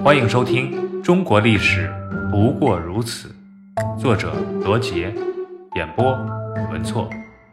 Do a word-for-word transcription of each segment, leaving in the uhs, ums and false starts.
欢迎收听《中国历史不过如此》，作者罗杰，演播文措。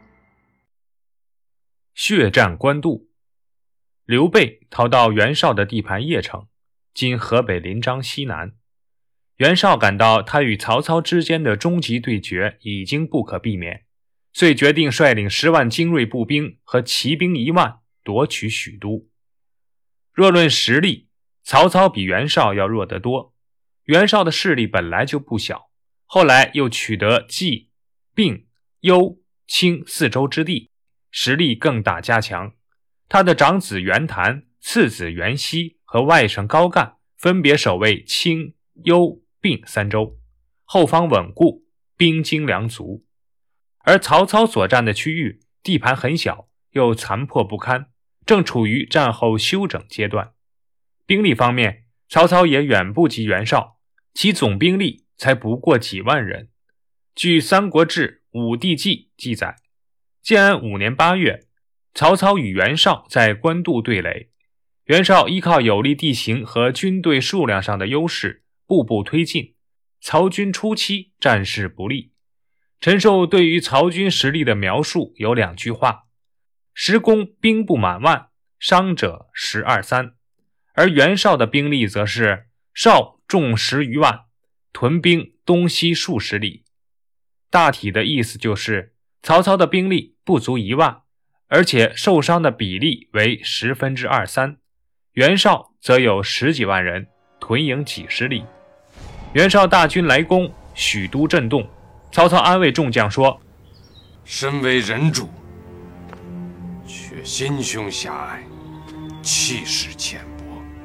血战官渡，刘备逃到袁绍的地盘邺城，今河北临漳西南。袁绍感到他与曹操之间的终极对决已经不可避免，遂决定率领十万精锐步兵和骑兵一万夺取许都。若论实力，曹操比袁绍要弱得多。袁绍的势力本来就不小，后来又取得冀、并、幽、青四州之地，实力更大加强。他的长子袁谭、次子袁熙和外甥高干分别守卫青、幽、并三州，后方稳固，兵精粮足。而曹操所占的区域地盘很小，又残破不堪，正处于战后休整阶段。兵力方面，曹操也远不及袁绍，其总兵力才不过几万人。据《三国志·武帝纪》记载，建安五年八月，曹操与袁绍在官渡对垒，袁绍依靠有利地形和军队数量上的优势，步步推进，曹军初期战事不利。陈寿对于曹军实力的描述有两句话：实攻兵不满万，伤者十二三。而袁绍的兵力则是绍众十余万，屯兵东西数十里。大体的意思就是曹操的兵力不足一万，而且受伤的比例为十分之二三，袁绍则有十几万人，屯营几十里。袁绍大军来攻，许都震动。曹操安慰众将说： 身为人主，却心胸狭隘，气势浅薄，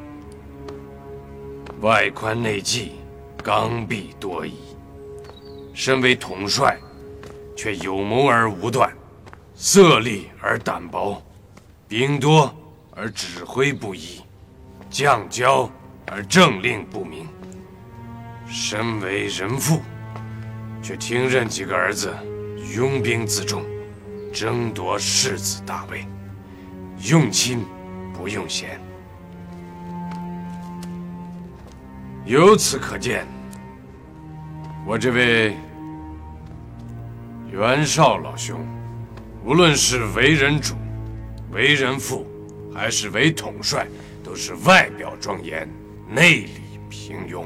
外宽内忌，刚愎多疑。身为统帅，却有谋而无断，色厉而胆薄，兵多而指挥不一，将骄而政令不明。身为人父，却听任几个儿子拥兵自重，争夺世子大位，用亲不用贤。由此可见，我这位袁绍老兄，无论是为人主、为人父，还是为统帅，都是外表庄严，内里平庸。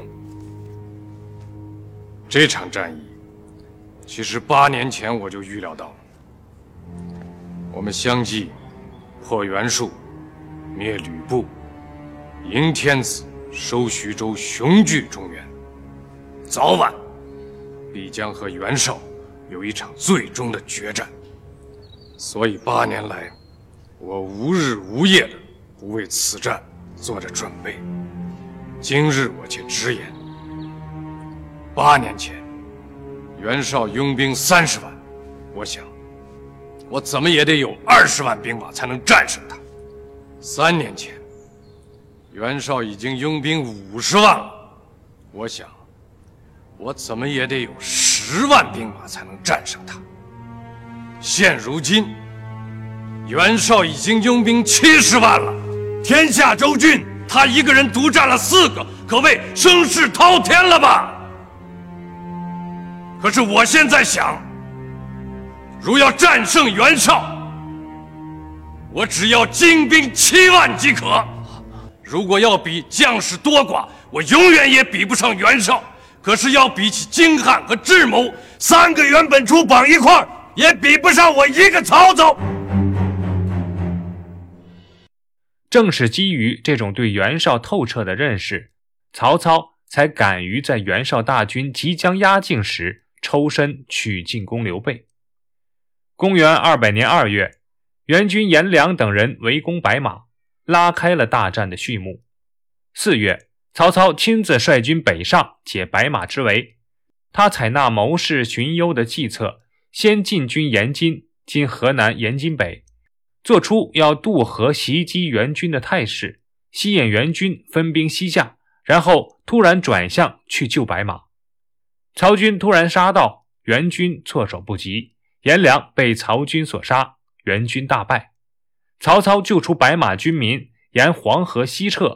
这场战役，其实八年前我就预料到了。我们相继破袁术、灭吕布、迎天子、收徐州，雄踞中原，早晚必将和袁绍有一场最终的决战。所以八年来，我无日无夜的不为此战做着准备。今日我且直言，八年前袁绍拥兵三十万，我想我怎么也得有二十万兵马才能战胜他。三年前袁绍已经拥兵五十万了，我想我怎么也得有十万兵马才能战胜他。现如今袁绍已经拥兵七十万了，天下州郡他一个人独占了四个，可谓声势滔天了吧？可是我现在想，如要战胜袁绍，我只要精兵七万即可。如果要比将士多寡，我永远也比不上袁绍。可是要比起精悍和智谋，三个袁本初绑一块儿，也比不上我一个曹操。 正是基于这种对袁绍透彻的认识，曹操才敢于在袁绍大军即将压境时抽身去进攻刘备。公元二百年二月，袁军颜良等人围攻白马，拉开了大战的序幕。四月，曹操亲自率军北上解白马之围。他采纳谋士荀攸的计策，先进军延津（今河南延津北），做出要渡河袭击袁军的态势，吸引袁军分兵西下，然后突然转向去救白马。曹军突然杀到，袁军措手不及，颜良被曹军所杀，袁军大败。曹操救出白马军民，沿黄河西撤，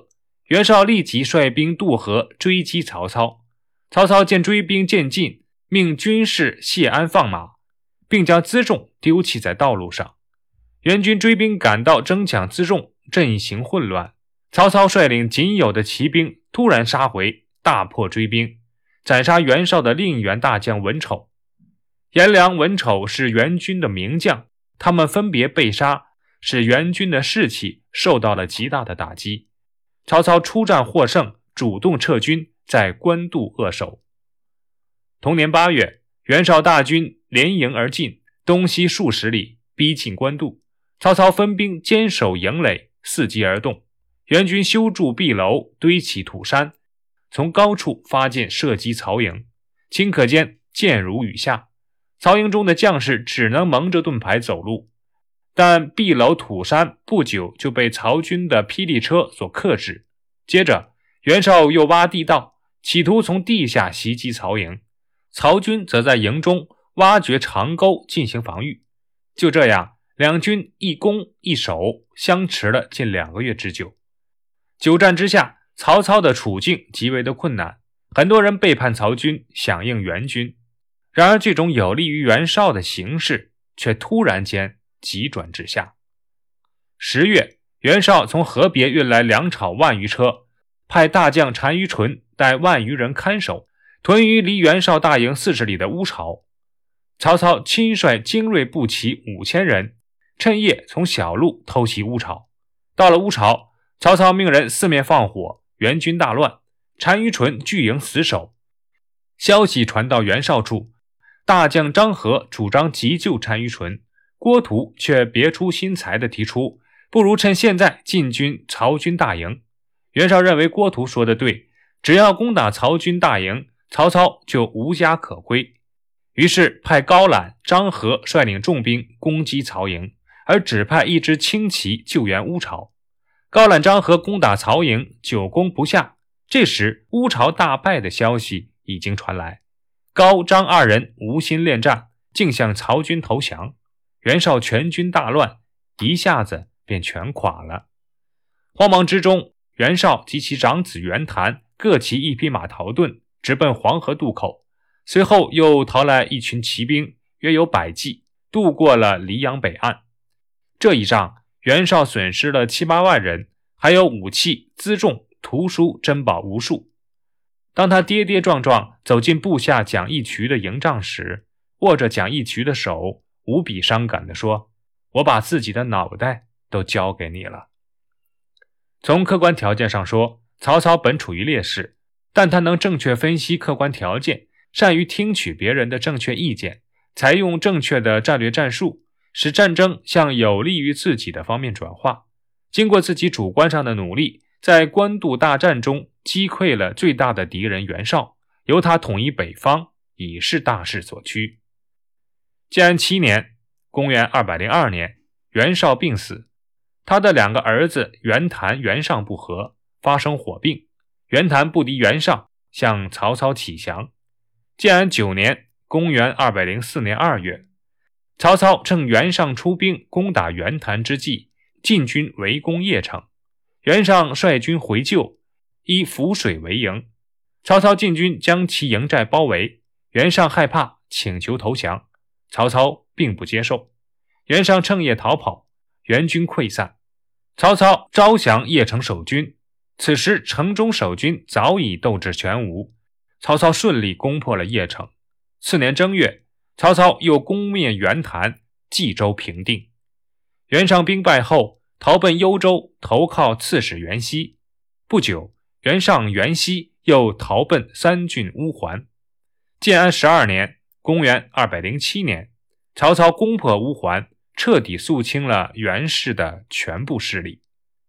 袁绍立即率兵渡河追击曹操。曹操见追兵渐近，命军士谢安放马，并将辎重丢弃在道路上。援军追兵赶到争抢辎重，阵型混乱。曹操率领仅有的骑兵突然杀回，大破追兵，斩杀袁绍的另一员大将文丑。颜良、文丑是袁军的名将，他们分别被杀，使袁军的士气受到了极大的打击。曹操出战获胜，主动撤军，在官渡扼守。同年八月，袁绍大军连营而进，东西数十里，逼近官渡。曹操分兵坚守营垒，伺机而动。袁军修筑壁楼，堆起土山，从高处发箭射击曹营，顷刻间箭如雨下。曹营中的将士只能蒙着盾牌走路，但壁楼土山不久就被曹军的霹雳车所克制。接着袁绍又挖地道，企图从地下袭击曹营，曹军则在营中挖掘长沟进行防御。就这样，两军一攻一守，相持了近两个月之久。久战之下，曹操的处境极为的困难，很多人背叛曹军，响应袁军。然而这种有利于袁绍的形势却突然间急转直下。十月，袁绍从河别运来粮草万余车，派大将单于纯带万余人看守，屯于离袁绍大营四十里的乌巢。曹操亲率精锐步骑五千人，趁夜从小路偷袭乌巢。到了乌巢，曹操命人四面放火，袁军大乱，单于纯据营死守。消息传到袁绍处，大将张合主张急救单于纯，郭图却别出心裁地提出，不如趁现在进军曹军大营。袁绍认为郭图说的对，只要攻打曹军大营，曹操就无家可归。于是派高览、张合率领重兵攻击曹营，而只派一支轻骑救援乌巢。高览、张合攻打曹营，久攻不下。这时乌巢大败的消息已经传来，高、张二人无心恋战，竟向曹军投降。袁绍全军大乱，一下子便全垮了。慌忙之中，袁绍及其长子袁谭各骑一匹马逃遁，直奔黄河渡口。随后又逃来一群骑兵，约有百骑，渡过了黎阳北岸。这一仗，袁绍损失了七八万人，还有武器、辎重、图书、珍宝无数。当他跌跌撞撞走进部下蒋义渠的营帐时，握着蒋义渠的手，无比伤感地说：“我把自己的脑袋都交给你了。”从客观条件上说，曹操本处于劣势，但他能正确分析客观条件，善于听取别人的正确意见，采用正确的战略战术，使战争向有利于自己的方面转化。经过自己主观上的努力，在官渡大战中击溃了最大的敌人袁绍，由他统一北方，已是大势所趋。建安七年，公元二百零二年，袁绍病死，他的两个儿子袁谭、袁尚不和，发生火并。袁谭不敌袁尚，向曹操乞降。建安九年，公元二百零四年二月，曹操趁袁尚出兵攻打袁谭之际，进军围攻邺城。袁尚率军回救，以涪水为营。曹操进军将其营寨包围，袁尚害怕，请求投降。曹操并不接受。袁尚趁夜逃跑，袁军溃散。曹操招降邺城守军，此时城中守军早已斗志全无。曹操顺利攻破了邺城。次年正月，曹操又攻灭袁谭，冀州平定。袁尚兵败后，逃奔幽州，投靠刺史袁熙。不久，袁尚、袁熙又逃奔三郡乌桓。建安十二年，公元二百零七年，曹操攻破乌桓，彻底肃清了袁氏的全部势力。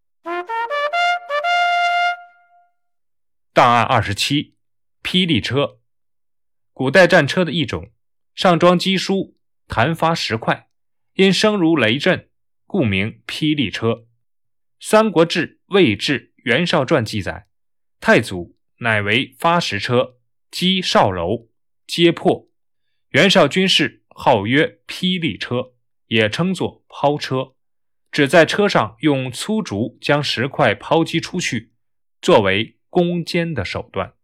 档案二十七，霹雳车，古代战车的一种，上装机书，弹发石块，因声如雷震，故名霹雳车。三国志、魏志、袁绍传记载，太祖乃为发石车，击少楼，皆破。袁绍军事号曰霹雳车，也称作抛车，只在车上用粗竹将石块抛击出去， 作为攻坚的手段。